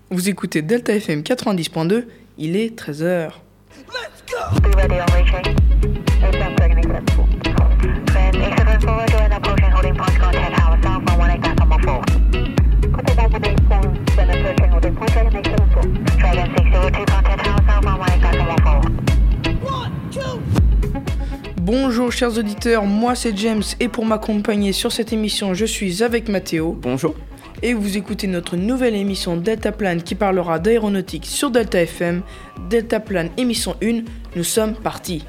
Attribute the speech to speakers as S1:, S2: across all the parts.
S1: Vous écoutez Delta FM 90.2, il est 13h. Bonjour chers auditeurs, moi c'est James et pour m'accompagner sur cette émission, je suis avec Mathéo.
S2: Bonjour.
S1: Et vous écoutez notre nouvelle émission Deltaplane qui parlera d'aéronautique sur Delta FM. Deltaplane émission 1, nous sommes partis.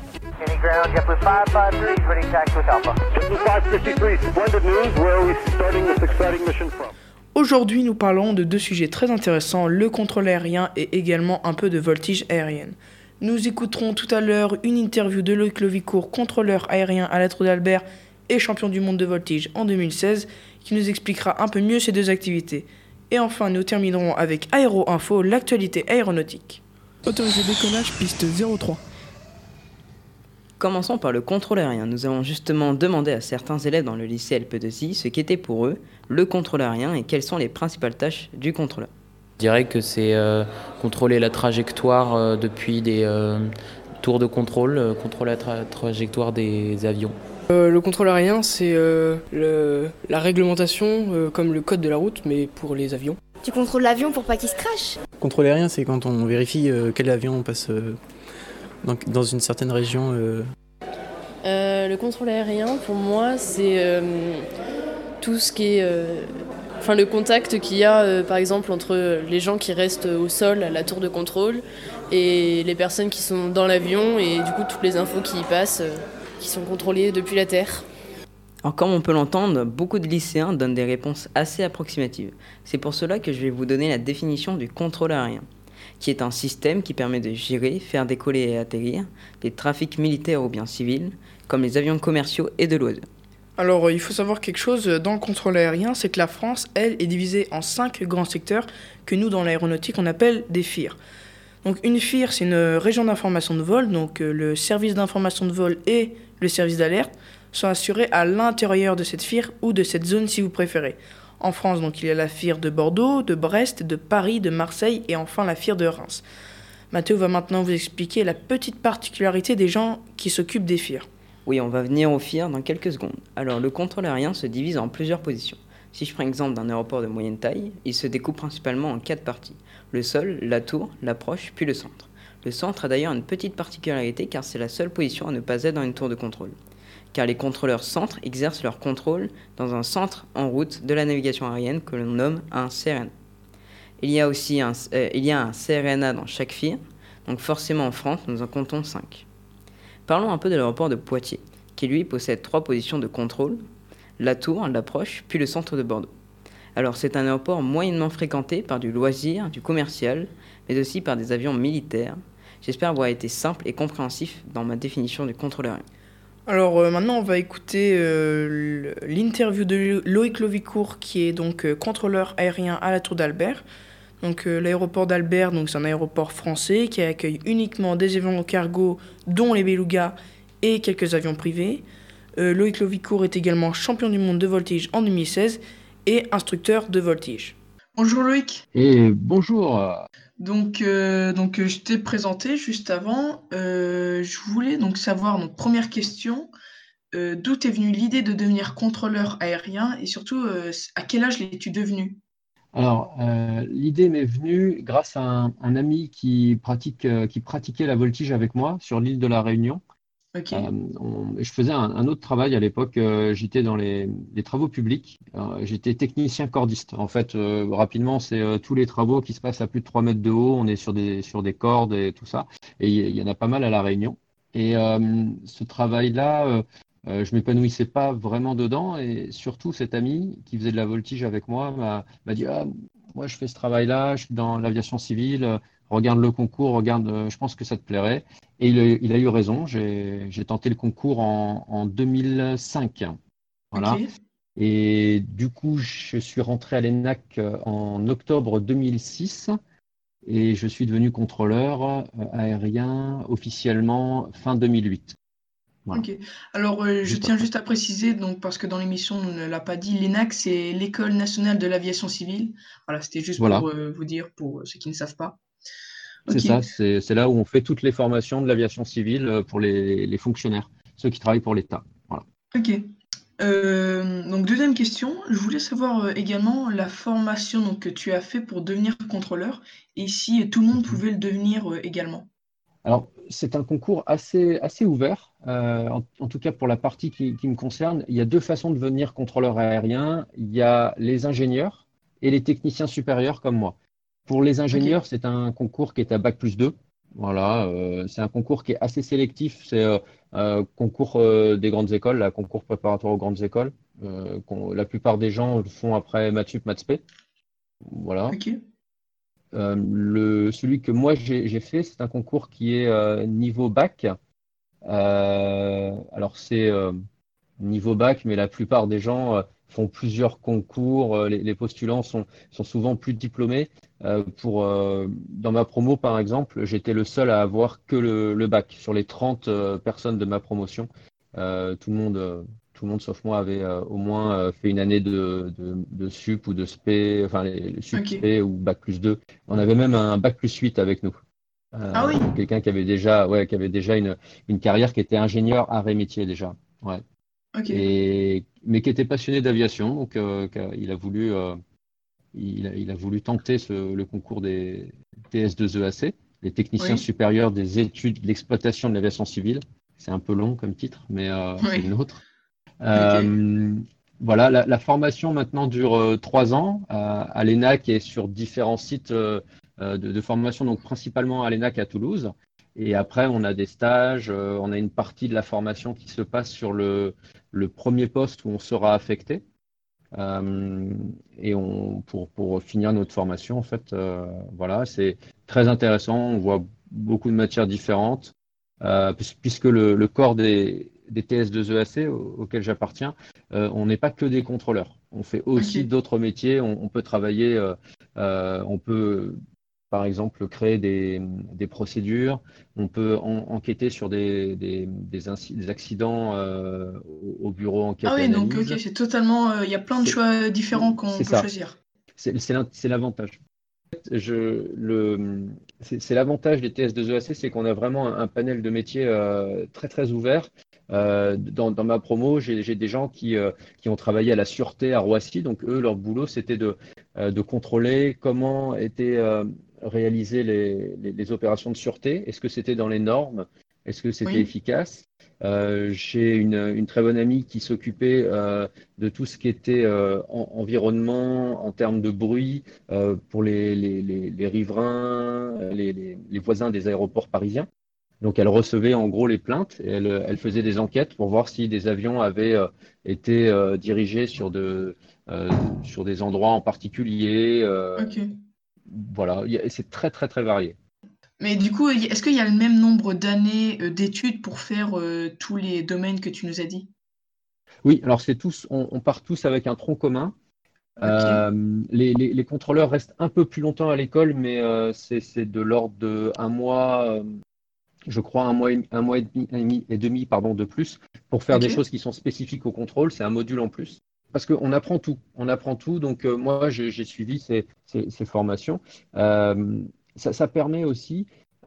S1: Aujourd'hui, nous parlerons de deux sujets très intéressants, le contrôle aérien et également un peu de voltige aérienne. Nous écouterons tout à l'heure une interview de Loïc Lovicourt, contrôleur aérien à la Tour d'Albert et champion du monde de voltige en 2016, qui nous expliquera un peu mieux ces deux activités. Et enfin, nous terminerons avec Aéro Info, l'actualité aéronautique. Autorisé décollage, piste 03.
S2: Commençons par le contrôle aérien. Nous avons justement demandé à certains élèves dans le lycée LP2I ce qu'était pour eux le contrôle aérien et quelles sont les principales tâches du contrôleur.
S3: Je dirais que c'est contrôler la trajectoire depuis des tours de contrôle, contrôler la trajectoire des avions.
S4: Le contrôle aérien, c'est la réglementation comme le code de la route, mais pour les avions.
S5: Tu contrôles l'avion pour pas qu'il se crache.
S6: Contrôle aérien, c'est quand on vérifie quel avion passe dans une certaine région.
S7: Le contrôle aérien, pour moi, c'est tout ce qui est... le contact qu'il y a, par exemple, entre les gens qui restent au sol à la tour de contrôle et les personnes qui sont dans l'avion et du coup, toutes les infos qui y passent... qui sont contrôlés depuis la Terre.
S2: Alors, comme on peut l'entendre, beaucoup de lycéens donnent des réponses assez approximatives. C'est pour cela que je vais vous donner la définition du contrôle aérien, qui est un système qui permet de gérer, faire décoller et atterrir des trafics militaires ou bien civils, comme les avions commerciaux et de loisirs.
S1: Alors, il faut savoir quelque chose dans le contrôle aérien, c'est que la France, elle, est divisée en 5 grands secteurs que nous, dans l'aéronautique, on appelle des FIR. Donc une FIR, c'est une région d'information de vol, donc le service d'information de vol et le service d'alerte sont assurés à l'intérieur de cette FIR ou de cette zone si vous préférez. En France, donc il y a la FIR de Bordeaux, de Brest, de Paris, de Marseille et enfin la FIR de Reims. Mathéo va maintenant vous expliquer la petite particularité des gens qui s'occupent des FIR.
S2: Oui, on va venir aux FIR dans quelques secondes. Alors le contrôle aérien se divise en plusieurs positions. Si je prends l'exemple d'un aéroport de moyenne taille, il se découpe principalement en 4 parties. Le sol, la tour, l'approche, puis le centre. Le centre a d'ailleurs une petite particularité car c'est la seule position à ne pas être dans une tour de contrôle. Car les contrôleurs centres exercent leur contrôle dans un centre en route de la navigation aérienne que l'on nomme un CRNA. Il y a un CRNA dans chaque FIR, donc forcément en France nous en comptons 5. Parlons un peu de l'aéroport de Poitiers, qui lui possède 3 positions de contrôle, la tour, l'approche, puis le centre de Bordeaux. Alors c'est un aéroport moyennement fréquenté par du loisir, du commercial, mais aussi par des avions militaires. J'espère avoir été simple et compréhensif dans ma définition du contrôle aérien.
S1: Alors maintenant on va écouter l'interview de Loïc Lovicourt qui est donc contrôleur aérien à la Tour d'Albert. Donc l'aéroport d'Albert, donc c'est un aéroport français qui accueille uniquement des avions cargo dont les Beluga et quelques avions privés. Loïc Lovicourt est également champion du monde de voltige en 2016 et instructeur de voltige. Bonjour Loïc.
S8: Et bonjour.
S1: Donc je t'ai présenté juste avant. Je voulais donc savoir, donc première question, d'où t'es venue l'idée de devenir contrôleur aérien et surtout à quel âge l'es-tu devenu?
S8: Alors, l'idée m'est venue grâce à un ami qui pratiquait la voltige avec moi sur l'île de la Réunion.
S1: Ok.
S8: Je faisais un autre travail à l'époque, j'étais dans les travaux publics, j'étais technicien cordiste. En fait, rapidement, c'est tous les travaux qui se passent à plus de 3 mètres de haut, on est sur des cordes et tout ça, et il y en a pas mal à La Réunion. Et ce travail-là, je m'épanouissais pas vraiment dedans, et surtout cet ami qui faisait de la voltige avec moi m'a dit, ah, moi je fais ce travail-là, je suis dans l'aviation civile, regarde le concours, je pense que ça te plairait. Et il a eu raison, j'ai tenté le concours en 2005. Voilà.
S1: Ok.
S8: Et du coup, je suis rentré à l'ENAC en octobre 2006 et je suis devenu contrôleur aérien officiellement fin 2008. Voilà.
S1: Ok. Alors, je
S8: Juste
S1: tiens
S8: après.
S1: juste à préciser, donc, parce que dans l'émission, on ne l'a pas dit, l'ENAC, c'est l'École nationale de l'aviation civile. Voilà, c'était juste
S8: Voilà,
S1: pour vous dire, pour ceux qui ne savent pas.
S8: c'est
S1: Ok,
S8: ça. C'est là où on fait toutes les formations de l'aviation civile pour les fonctionnaires, ceux qui travaillent pour l'État. Voilà.
S1: ok. Donc, deuxième question, je voulais savoir également la formation donc, que tu as fait pour devenir contrôleur et si tout le monde
S8: Mhm.
S1: pouvait le devenir également.
S8: Alors, c'est un concours assez ouvert, en tout cas pour la partie qui me concerne. Il y a deux façons de devenir contrôleur aérien. Il y a les ingénieurs et les techniciens supérieurs comme moi. Pour les
S1: Ok,
S8: ingénieurs, c'est un concours qui est à bac+2. Voilà, c'est un concours qui est assez sélectif. C'est concours des grandes écoles, la concours préparatoire aux grandes écoles. La plupart des gens le font après Maths Sup, Maths P. Voilà.
S1: ok,
S8: Celui que moi j'ai fait, c'est un concours qui est niveau bac. Alors c'est niveau bac, mais la plupart des gens font plusieurs concours. Les postulants sont souvent plus diplômés. Dans ma promo, par exemple, j'étais le seul à avoir que le bac. Sur les 30 personnes de ma promotion, tout le monde, tout le monde sauf moi avait au moins fait une année de sup ou de spé, enfin les sup,
S1: ok.
S8: spé ou bac+2. On avait même un bac+8 avec nous.
S1: Ah oui,
S8: Donc quelqu'un qui avait déjà une carrière qui était ingénieur arts et métiers déjà. Ouais.
S1: ok,
S8: Mais qui était passionné d'aviation, donc il a voulu tenter le concours des TS2EAC, les techniciens
S1: oui,
S8: supérieurs des études de l'exploitation de l'aviation civile. C'est un peu long comme titre, mais c'est le
S1: oui,
S8: nôtre.
S1: ok,
S8: Euh, voilà, la formation maintenant dure 3 ans à l'ENAC et sur différents sites de formation, donc principalement à l'ENAC à Toulouse. Et après, on a des stages, on a une partie de la formation qui se passe sur le premier poste où on sera affecté. Euh, et pour finir notre formation, en fait, voilà, c'est très intéressant. On voit beaucoup de matières différentes, puisque le corps des TS2EAC auquel j'appartiens, on n'est pas que des contrôleurs. On fait aussi
S1: ok.
S8: d'autres métiers. On peut travailler, on peut, par exemple, créer des procédures. On peut enquêter sur des accidents au bureau
S1: Ah
S8: enquête et
S1: oui, donc ok,
S8: analyse.
S1: c'est totalement, il y a plein de
S8: C'est
S1: choix différents qu'on
S8: c'est
S1: peut
S8: ça,
S1: choisir.
S8: c'est l'avantage. Je, le, c'est l'avantage des TS2EAC, c'est qu'on a vraiment un panel de métiers très très ouvert. Dans ma promo, j'ai des gens qui ont travaillé à la sûreté à Roissy, donc eux, leur boulot, c'était de contrôler comment étaient réalisées les opérations de sûreté. Est-ce que c'était dans les normes? Est-ce que c'était
S1: Oui,
S8: efficace? J'ai une très bonne amie qui s'occupait de tout ce qui était environnement en termes de bruit pour les riverains, les voisins des aéroports parisiens. Donc, elle recevait en gros les plaintes et elle faisait des enquêtes pour voir si des avions avaient été dirigés sur des endroits en particulier.
S1: ok.
S8: Voilà, c'est très, très, très varié.
S1: Mais du coup, est-ce qu'il y a le même nombre d'années d'études pour faire tous les domaines que tu nous as dit?
S8: Oui, alors on part tous avec un tronc commun.
S1: Ok,
S8: Les contrôleurs restent un peu plus longtemps à l'école, mais c'est de l'ordre de un mois. Je crois un mois et demi, pardon, de plus pour faire
S1: ok,
S8: des choses qui sont spécifiques au contrôle. C'est un module en plus. Parce qu'on apprend tout. On apprend tout. Donc, moi, j'ai suivi ces formations. Ça permet aussi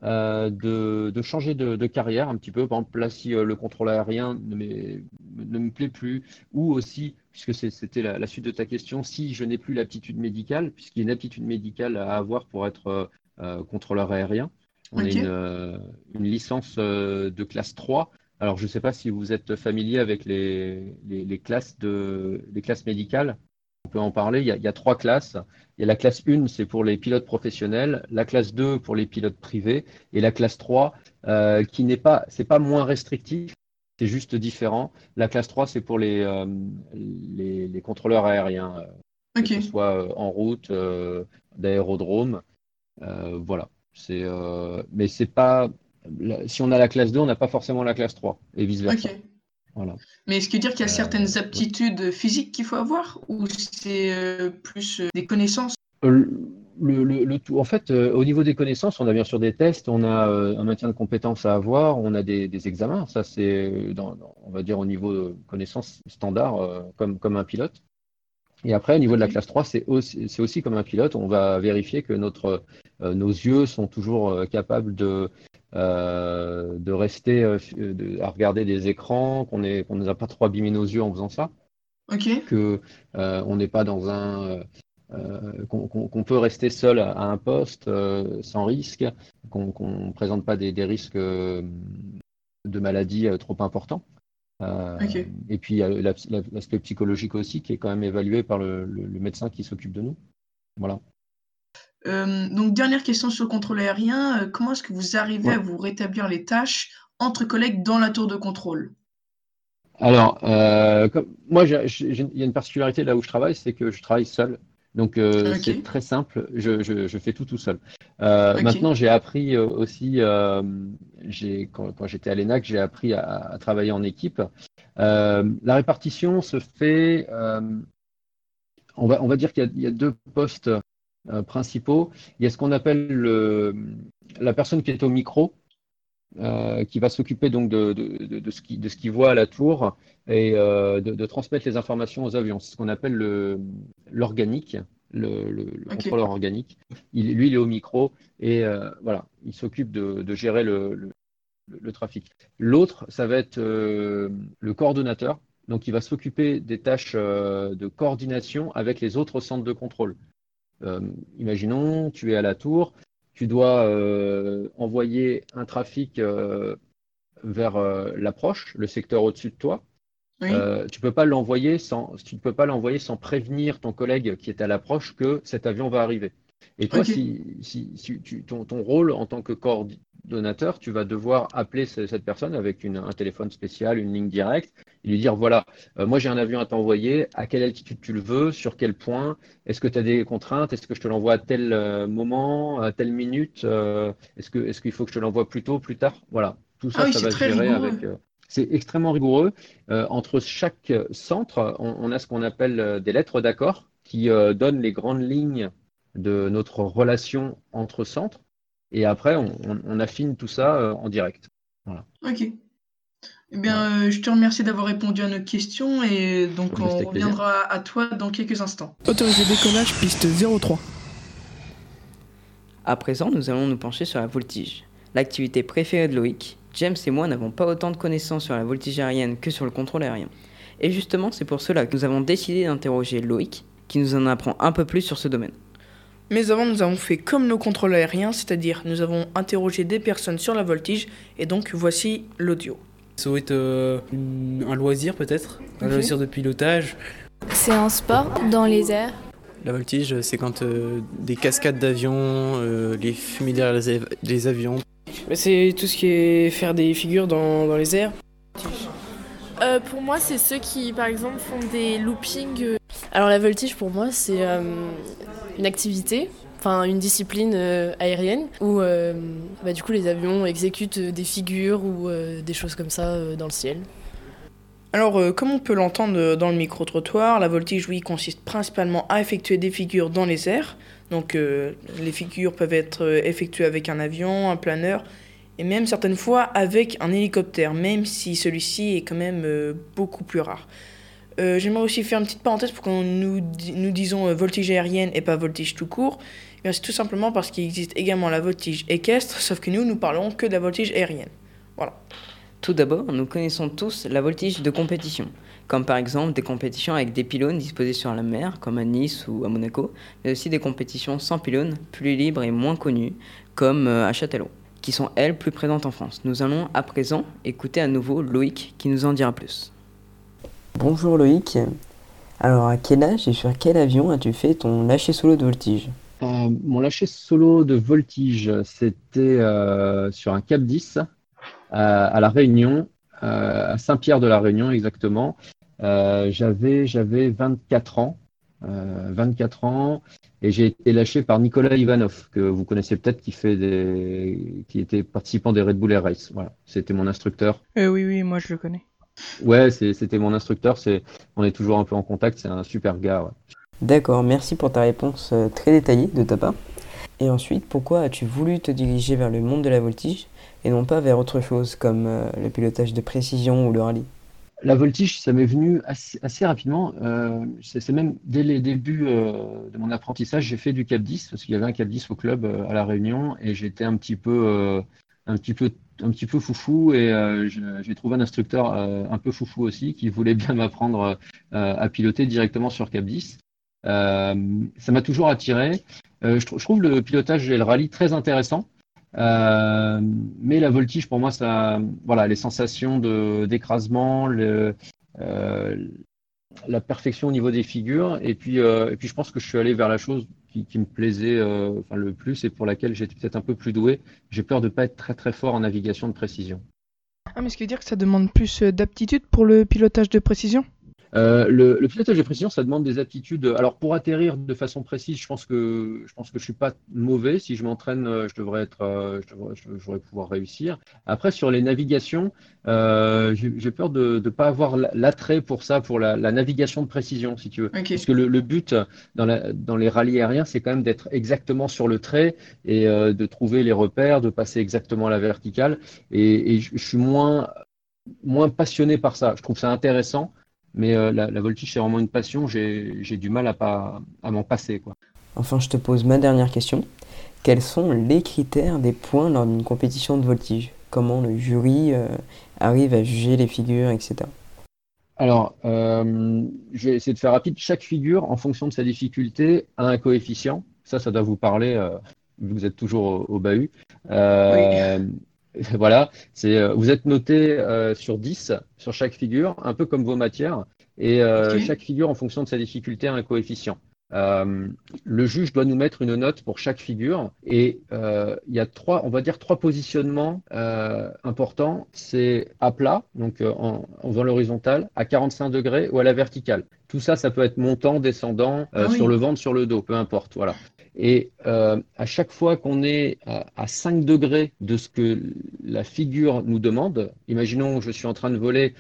S8: de changer de carrière un petit peu. Par exemple, là, si le contrôle aérien ne me plaît plus, ou aussi, puisque c'était la suite de ta question, si je n'ai plus l'aptitude médicale, puisqu'il y a une aptitude médicale à avoir pour être contrôleur aérien. On a
S1: ok.
S8: une licence de classe 3. Alors, je ne sais pas si vous êtes familier avec les classes médicales. On peut en parler. Il y a 3 classes. Il y a la classe 1, c'est pour les pilotes professionnels. La classe 2 pour les pilotes privés. Et la classe 3, qui c'est pas moins restrictif, c'est juste différent. La classe 3, c'est pour les contrôleurs aériens, que
S1: Ok,
S8: ce soit en route, d'aérodrome. Voilà. Mais c'est pas. Si on a la classe 2, on n'a pas forcément la classe 3 et vice-versa.
S1: ok.
S8: Voilà.
S1: Mais est-ce que dire qu'il y a certaines
S8: Ouais.
S1: aptitudes physiques qu'il faut avoir ou c'est plus des connaissances?
S8: Euh, le tout. En fait, au niveau des connaissances, on a bien sûr des tests, on a un maintien de compétences à avoir, on a des examens. Ça, c'est, on va dire, au niveau de connaissances standard, comme un pilote. Et après, au niveau de la
S1: Ok.
S8: classe 3, c'est aussi comme un pilote. On va vérifier que nos yeux sont toujours capables de rester à regarder des écrans, qu'on n'a pas trop abîmé nos yeux en faisant ça,
S1: Ok.
S8: que on n'est pas dans qu'on peut rester seul à un poste sans risque, qu'on ne présente pas des risques de maladies trop importants.
S1: Ok.
S8: Et puis il y a l'aspect psychologique aussi qui est quand même évalué par le médecin qui s'occupe de nous. Voilà.
S1: Donc dernière question sur le contrôle aérien, comment est-ce que vous arrivez
S8: Ouais.
S1: à vous rétablir les tâches entre collègues dans la tour de contrôle?
S8: Alors, moi, il y a une particularité là où je travaille, c'est que je travaille seul. Donc, c'est
S1: Ok.
S8: très simple, je fais tout seul.
S1: Ok.
S8: Maintenant, j'ai appris aussi, quand j'étais à l'ENAC, j'ai appris à travailler en équipe. La répartition se fait, on va dire qu'il y a deux postes principaux. Il y a ce qu'on appelle la personne qui est au micro, qui va s'occuper donc de ce qu'il voit à la tour et de transmettre les informations aux avions. C'est ce qu'on appelle l'organique, le
S1: Ok.
S8: contrôleur organique. Lui, il est au micro et voilà, il s'occupe de gérer le trafic. L'autre, ça va être le coordonnateur. Donc, il va s'occuper des tâches de coordination avec les autres centres de contrôle. Euh, Imaginons, tu es à la tour, tu dois envoyer un trafic vers l'approche, le secteur au-dessus de toi.
S1: Oui.
S8: Tu ne peux pas l'envoyer sans prévenir ton collègue qui est à l'approche que cet avion va arriver. Et toi,
S1: Ok.
S8: ton rôle en tant que coordonnateur, tu vas devoir appeler cette personne avec un téléphone spécial, une ligne directe, et lui dire, voilà, moi j'ai un avion à t'envoyer, à quelle altitude tu le veux, sur quel point, est-ce que tu as des contraintes, est-ce que je te l'envoie à tel moment, à telle minute, est-ce qu'il faut que je te l'envoie plus tôt, plus tard? Voilà, tout
S1: Ah
S8: ça,
S1: oui,
S8: ça
S1: c'est
S8: va se
S1: très
S8: gérer
S1: rigoureux.
S8: avec. C'est extrêmement rigoureux. Entre chaque centre, on a ce qu'on appelle des lettres d'accord qui donnent les grandes lignes de notre relation entre centres. Et après, on affine tout ça en direct. Voilà.
S1: Ok. Eh
S8: Voilà.
S1: bien, je te remercie d'avoir répondu à nos questions et donc
S8: Mais
S1: on
S8: c'était avec plaisir.
S1: reviendra à toi dans quelques instants.
S4: Autorisé décollage, piste 03.
S2: À présent, nous allons nous pencher sur la voltige. L'activité préférée de Loïc, James et moi n'avons pas autant de connaissances sur la voltige aérienne que sur le contrôle aérien. Et justement, c'est pour cela que nous avons décidé d'interroger Loïc, qui nous en apprend un peu plus sur ce domaine.
S1: Mais avant, nous avons fait comme nos contrôles aériens, c'est-à-dire nous avons interrogé des personnes sur la voltige et donc voici l'audio.
S9: Ça doit être un loisir peut-être, un
S1: Ok.
S9: loisir de pilotage.
S5: C'est un sport dans les airs.
S6: La voltige, c'est quand des cascades d'avions, les fumées derrière les avions.
S4: C'est tout ce qui est faire des figures dans les airs.
S7: Pour moi, c'est ceux qui, par exemple, font des loopings. Alors la voltige, pour moi, c'est une activité, enfin une discipline aérienne où du coup les avions exécutent des figures ou des choses comme ça dans le ciel.
S1: Alors, comme on peut l'entendre dans le micro-trottoir, la voltige, oui, consiste principalement à effectuer des figures dans les airs. Donc, les figures peuvent être effectuées avec un avion, un planeur, et même certaines fois avec un hélicoptère, même si celui-ci est quand même beaucoup plus rare. J'aimerais aussi faire une petite parenthèse pour qu'on nous disons voltige aérienne et pas voltige tout court. Eh bien, c'est tout simplement parce qu'il existe également la voltige équestre, sauf que nous parlons que de la voltige aérienne. Voilà.
S2: Tout d'abord, nous connaissons tous la voltige de compétition, comme par exemple des compétitions avec des pylônes disposés sur la mer, comme à Nice ou à Monaco, mais aussi des compétitions sans pylônes, plus libres et moins connues, comme à Châtellerault, qui sont elles plus présentes en France. Nous allons à présent écouter à nouveau Loïc qui nous en dira plus. Bonjour Loïc, alors à quel âge et sur quel avion as-tu fait ton lâcher solo de voltige ?
S8: Mon lâcher solo de voltige, c'était sur un Cap 10 à La Réunion, à Saint-Pierre-de-la-Réunion exactement. J'avais 24 ans. 24 ans et j'ai été lâché par Nicolas Ivanov, que vous connaissez peut-être, qui était participant des Red Bull Air Race. Voilà, c'était mon instructeur.
S10: Oui, moi je le connais.
S8: Ouais, c'était mon instructeur. On est toujours un peu en contact. C'est un super gars. Ouais.
S2: D'accord, merci pour ta réponse très détaillée de ta part. Et ensuite, pourquoi as-tu voulu te diriger vers le monde de la voltige et non pas vers autre chose comme le pilotage de précision ou le rallye?
S8: La voltige, ça m'est venu assez rapidement. C'est même dès les débuts de mon apprentissage, j'ai fait du Cap 10 parce qu'il y avait un Cap 10 au club à La Réunion et j'étais un petit peu, un petit peu foufou et j'ai trouvé un instructeur un peu foufou aussi qui voulait bien m'apprendre à piloter directement sur Cap 10. Ça m'a toujours attiré. Je trouve le pilotage et le rallye très intéressant. Mais la voltige, pour moi, ça, voilà, les sensations d'écrasement, euh, la perfection au niveau des figures, et puis je pense que je suis allé vers la chose qui me plaisait enfin, le plus et pour laquelle j'étais peut-être un peu plus doué. J'ai peur de ne pas être très très fort en navigation de précision.
S1: Ah, mais ce qui veut dire que ça demande plus d'aptitude pour le pilotage de précision?
S8: Le pilotage de précision, ça demande des aptitudes. Alors, pour atterrir de façon précise, je pense que je suis pas mauvais. Si je m'entraîne, je devrais être, je devrais pouvoir réussir. Après, sur les navigations, j'ai peur de ne pas avoir l'attrait pour ça, pour la navigation de précision, si tu veux.
S1: Ok.
S8: Parce que le but dans les rallyes aériens, c'est quand même d'être exactement sur le trait et de trouver les repères, de passer exactement à la verticale. Et je suis moins passionné par ça. Je trouve ça intéressant. Mais la voltige, c'est vraiment une passion. J'ai du mal à m'en passer, quoi.
S2: Enfin, je te pose ma dernière question. Quels sont les critères des points lors d'une compétition de voltige? Comment le jury arrive à juger les figures, etc.
S8: Alors, je vais essayer de faire rapide. Chaque figure, en fonction de sa difficulté, a un coefficient. Ça doit vous parler, vu que vous êtes toujours au bahut.
S1: Oui.
S8: Voilà, vous êtes noté sur 10 sur chaque figure, un peu comme vos matières, et
S1: Ok.
S8: chaque figure, en fonction de sa difficulté, a un coefficient. Euh, le juge doit nous mettre une note pour chaque figure, et il y a on va dire trois positionnements importants. C'est à plat, donc en vol horizontal, à 45 degrés ou à la verticale. Tout ça, ça peut être montant, descendant,
S1: Ah
S8: sur
S1: oui.
S8: le ventre, sur le dos, peu importe. Voilà. Et à chaque fois qu'on est à 5 degrés de ce que la figure nous demande, imaginons que je suis en train de voler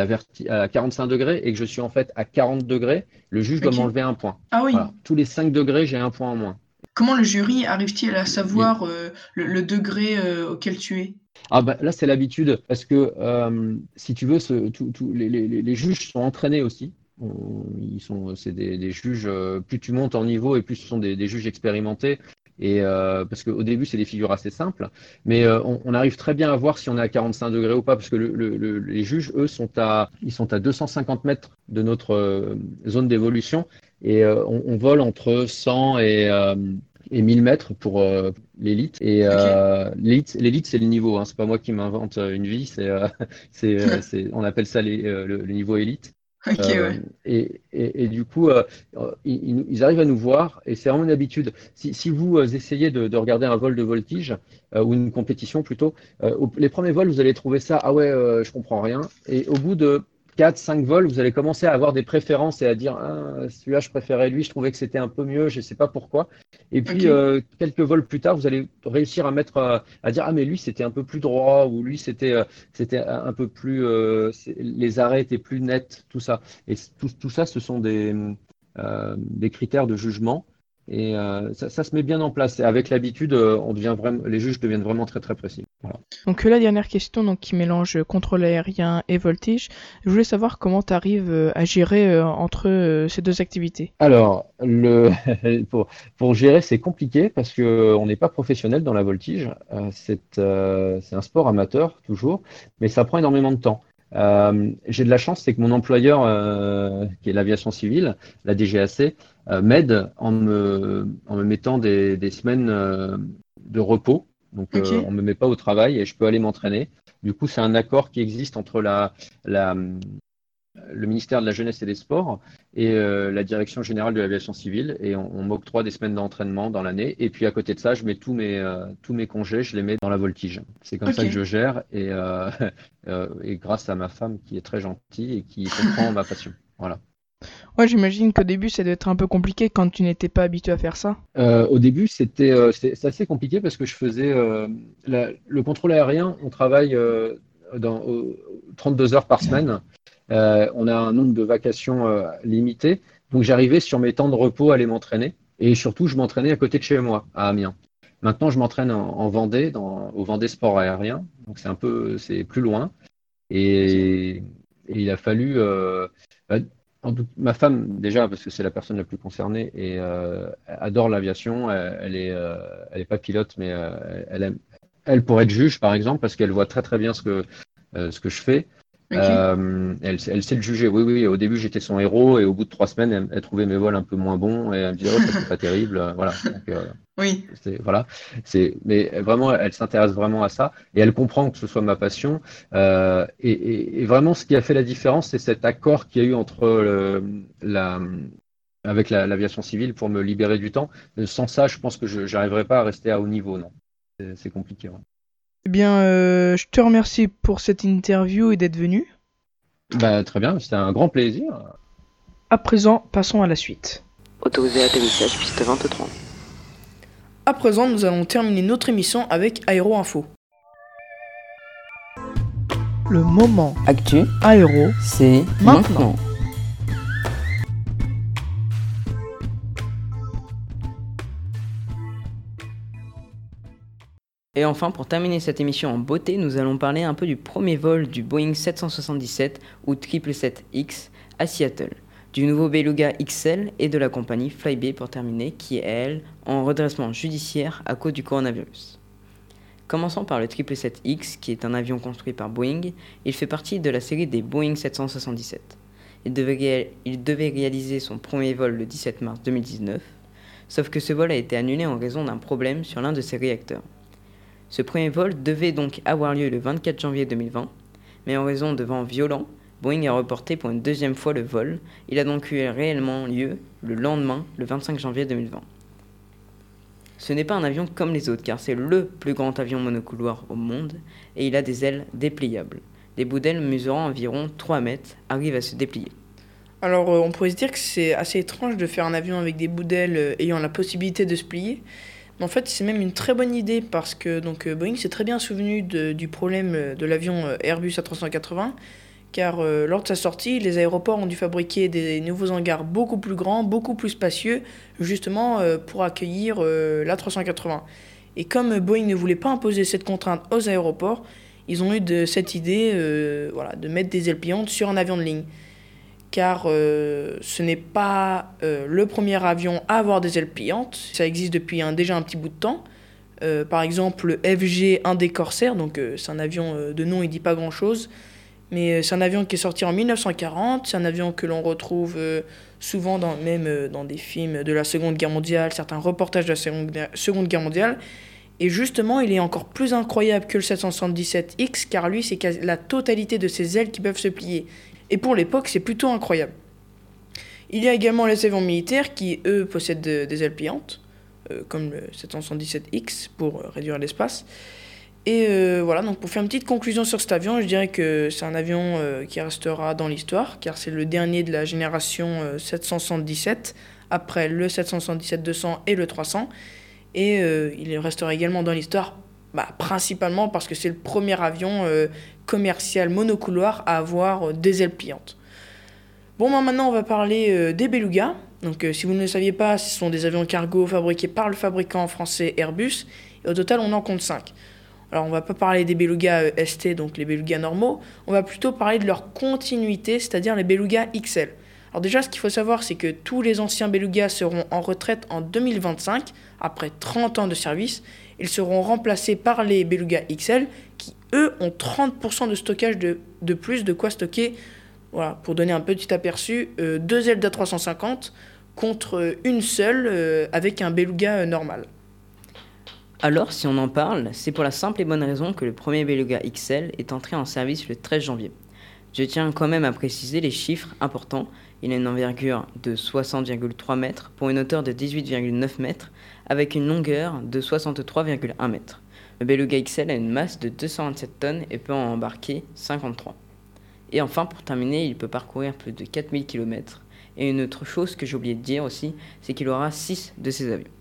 S8: à 45 degrés et que je suis en fait à 40 degrés, le juge doit
S1: Ok.
S8: m'enlever un point.
S1: Ah oui.
S8: Voilà. Tous les 5 degrés, j'ai un point en moins.
S1: Comment le jury arrive-t-il à
S8: Et-
S1: savoir le degré auquel tu es?
S8: Ah bah, là, c'est l'habitude parce que si tu veux, les juges sont entraînés aussi. C'est des juges, plus tu montes en niveau et plus ce sont des juges expérimentés. Et parce qu'au début, c'est des figures assez simples, mais on arrive très bien à voir si on est à 45 degrés ou pas, parce que les juges, eux, ils sont à 250 mètres de notre zone d'évolution, et on vole entre 100 et 1000 mètres pour l'élite. Et
S1: Ok.
S8: l'élite, c'est le niveau. Hein. C'est pas moi qui m'invente une vie. On appelle ça le niveau élite.
S1: Ok,
S8: Euh,
S1: ouais.
S8: et du coup, ils arrivent à nous voir et c'est vraiment une habitude. Si vous essayez de regarder un vol de voltige ou une compétition plutôt, les premiers vols, vous allez trouver ça, ah ouais, je comprends rien. Et au bout de 4 5 vols, vous allez commencer à avoir des préférences et à dire, ah, celui-là, je préférais lui, je trouvais que c'était un peu mieux, je ne sais pas pourquoi. Et puis,
S1: Ok.
S8: quelques vols plus tard, vous allez réussir à mettre, à dire, ah, mais lui, c'était un peu plus droit ou lui, c'était un peu plus, les arrêts étaient plus nets, tout ça. Et tout ça, ce sont des critères de jugement. Et ça se met bien en place. Et avec l'habitude, les juges deviennent vraiment très très précis. Voilà.
S1: Donc la dernière question donc, qui mélange contrôle aérien et voltige, je voulais savoir comment tu arrives à gérer entre ces deux activités.
S8: Alors, pour gérer, c'est compliqué parce que on n'est pas professionnel dans la voltige. C'est un sport amateur toujours, mais ça prend énormément de temps. J'ai de la chance, c'est que mon employeur, qui est l'aviation civile, la DGAC, m'aide en me mettant des semaines de repos. Donc,
S1: Ok.
S8: on me met pas au travail et je peux aller m'entraîner. Du coup, c'est un accord qui existe entre la, le ministère de la Jeunesse et des Sports et la Direction générale de l'aviation civile. Et on m'octroie des semaines d'entraînement dans l'année. Et puis à côté de ça, je mets tous mes congés, je les mets dans la voltige. C'est comme ça que
S1: Ok.
S8: je gère et grâce à ma femme qui est très gentille et qui comprend ma passion. Voilà.
S1: Ouais, j'imagine qu'au début ça doit être un peu compliqué quand tu n'étais pas habitué à faire ça.
S8: Au début, c'est assez compliqué parce que je faisais le contrôle aérien. On travaille 32 heures par semaine. On a un nombre de vacations limité. Donc j'arrivais sur mes temps de repos à aller m'entraîner. Et surtout, je m'entraînais à côté de chez moi, à Amiens. Maintenant, je m'entraîne en Vendée, au Vendée Sport Aérien. Donc c'est plus loin. Et il a fallu. Bah, ma femme, déjà, parce que c'est la personne la plus concernée, et adore l'aviation. Elle est pas pilote, mais elle pourrait être juge, par exemple, parce qu'elle voit très très bien ce que je fais. Elle sait le juger. Oui, oui. Au début, j'étais son héros, et au bout de 3 semaines, elle trouvait mes vols un peu moins bons, et elle me disait, oh, ça c'est pas terrible. Voilà. Donc,
S10: Oui.
S8: Voilà. Mais vraiment, elle s'intéresse vraiment à ça, et elle comprend que ce soit ma passion. Et vraiment, ce qui a fait la différence, c'est cet accord qu'il y a eu entre avec l'aviation civile pour me libérer du temps. Sans ça, je pense que je n'arriverais pas à rester à haut niveau, non. C'est compliqué. Ouais.
S1: Eh bien, je te remercie pour cette interview et d'être venu.
S8: Bah, très bien, c'était un grand plaisir.
S1: À présent, passons à la suite.
S2: Autorisé atterrissage, piste 20-30.
S1: À présent, nous allons terminer notre émission avec Aéro Info. Le moment
S2: Actu,
S1: aéro,
S2: c'est
S1: maintenant.
S2: Et enfin, pour terminer cette émission en beauté, nous allons parler un peu du premier vol du Boeing 777 ou 777X à Seattle, du nouveau Beluga XL et de la compagnie Flybe pour terminer, qui est, elle, en redressement judiciaire à cause du coronavirus. Commençons par le 777X, qui est un avion construit par Boeing. Il fait partie de la série des Boeing 777. Il devait réaliser son premier vol le 17 mars 2019, sauf que ce vol a été annulé en raison d'un problème sur l'un de ses réacteurs. Ce premier vol devait donc avoir lieu le 24 janvier 2020, mais en raison de vents violents, Boeing a reporté pour une deuxième fois le vol. Il a donc eu réellement lieu le lendemain, le 25 janvier 2020. Ce n'est pas un avion comme les autres, car c'est le plus grand avion monocouloir au monde, et il a des ailes dépliables. Des bouts d'ailes mesurant environ 3 mètres arrivent à se déplier.
S1: Alors, on pourrait se dire que c'est assez étrange de faire un avion avec des bouts d'ailes ayant la possibilité de se plier. En fait, c'est même une très bonne idée parce que Boeing s'est très bien souvenu du problème de l'avion Airbus A380, car lors de sa sortie, les aéroports ont dû fabriquer des nouveaux hangars beaucoup plus grands, beaucoup plus spacieux, justement pour accueillir l'A380. Et comme Boeing ne voulait pas imposer cette contrainte aux aéroports, ils ont eu cette idée de mettre des ailes pliantes sur un avion de ligne. Car ce n'est pas le premier avion à avoir des ailes pliantes. Ça existe depuis déjà un petit bout de temps. Par exemple, le FG-1D Corsair, donc c'est un avion de nom, il ne dit pas grand-chose. Mais c'est un avion qui est sorti en 1940. C'est un avion que l'on retrouve souvent même dans des films de la Seconde Guerre mondiale, certains reportages de la Seconde Guerre mondiale. Et justement, il est encore plus incroyable que le 777X, car lui, c'est la totalité de ses ailes qui peuvent se plier. Et pour l'époque, c'est plutôt incroyable. Il y a également les avions militaires qui, eux, possèdent des ailes pliantes, comme le 777X pour réduire l'espace. Et voilà, donc pour faire une petite conclusion sur cet avion, je dirais que c'est un avion qui restera dans l'histoire, car c'est le dernier de la génération 777, après le 777-200 et le 300. Et il restera également dans l'histoire, principalement parce que c'est le premier avion commercial monocouloir à avoir des ailes pliantes. Bon, maintenant on va parler des Beluga. Donc si vous ne le saviez pas, ce sont des avions cargo fabriqués par le fabricant français Airbus. Et au total, on en compte 5. Alors on va pas parler des Beluga ST, donc les Beluga normaux. On va plutôt parler de leur continuité, c'est-à-dire les Beluga XL. Alors déjà, ce qu'il faut savoir, c'est que tous les anciens Beluga seront en retraite en 2025, après 30 ans de service. Ils seront remplacés par les Beluga XL, qui eux ont 30% de stockage de plus, de quoi stocker, voilà, pour donner un petit aperçu, 2 ailes d'A350 contre une seule avec un Beluga normal.
S2: Alors, si on en parle, c'est pour la simple et bonne raison que le premier Beluga XL est entré en service le 13 janvier. Je tiens quand même à préciser les chiffres importants. Il a une envergure de 60,3 mètres pour une hauteur de 18,9 mètres avec une longueur de 63,1 mètres. Le Beluga XL a une masse de 227 tonnes et peut en embarquer 53. Et enfin, pour terminer, il peut parcourir plus de 4000 km. Et une autre chose que j'ai oublié de dire aussi, c'est qu'il aura 6 de ces avions.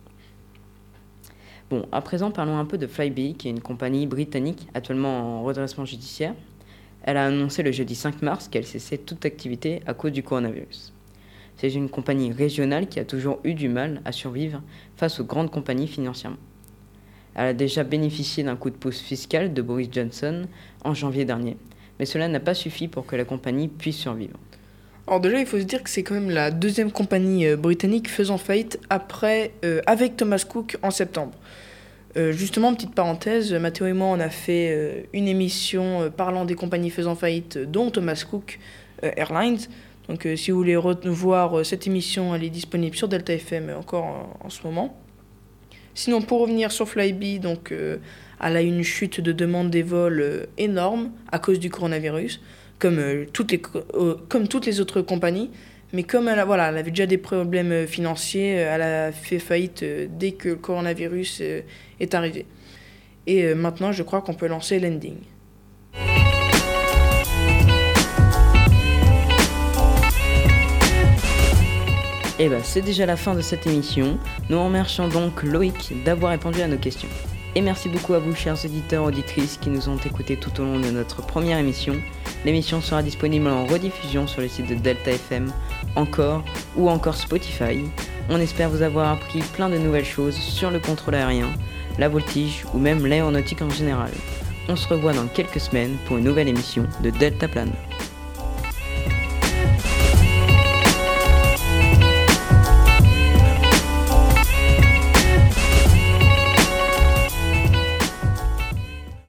S2: Bon, à présent, parlons un peu de Flybe, qui est une compagnie britannique actuellement en redressement judiciaire. Elle a annoncé le jeudi 5 mars qu'elle cessait toute activité à cause du coronavirus. C'est une compagnie régionale qui a toujours eu du mal à survivre face aux grandes compagnies financièrement. Elle a déjà bénéficié d'un coup de pouce fiscal de Boris Johnson en janvier dernier, mais cela n'a pas suffi pour que la compagnie puisse survivre.
S1: Alors déjà, il faut se dire que c'est quand même la deuxième compagnie britannique faisant faillite avec Thomas Cook en septembre. Justement, petite parenthèse, Mathéo et moi, on a fait une émission parlant des compagnies faisant faillite, dont Thomas Cook Airlines. Donc si vous voulez revoir cette émission, elle est disponible sur Delta FM encore en ce moment. Sinon, pour revenir sur Flybe, donc, elle a une chute de demande des vols énorme à cause du coronavirus, comme toutes les autres compagnies. Mais comme elle avait déjà des problèmes financiers, elle a fait faillite dès que le coronavirus est arrivé. Et maintenant, je crois qu'on peut lancer l'ending.
S2: Et c'est déjà la fin de cette émission. Nous remercions donc Loïc d'avoir répondu à nos questions. Et merci beaucoup à vous, chers auditeurs, auditrices, qui nous ont écoutés tout au long de notre première émission. L'émission sera disponible en rediffusion sur le site de Delta FM, ou encore Spotify. On espère vous avoir appris plein de nouvelles choses sur le contrôle aérien, la voltige ou même l'aéronautique en général. On se revoit dans quelques semaines pour une nouvelle émission de Delta Plane.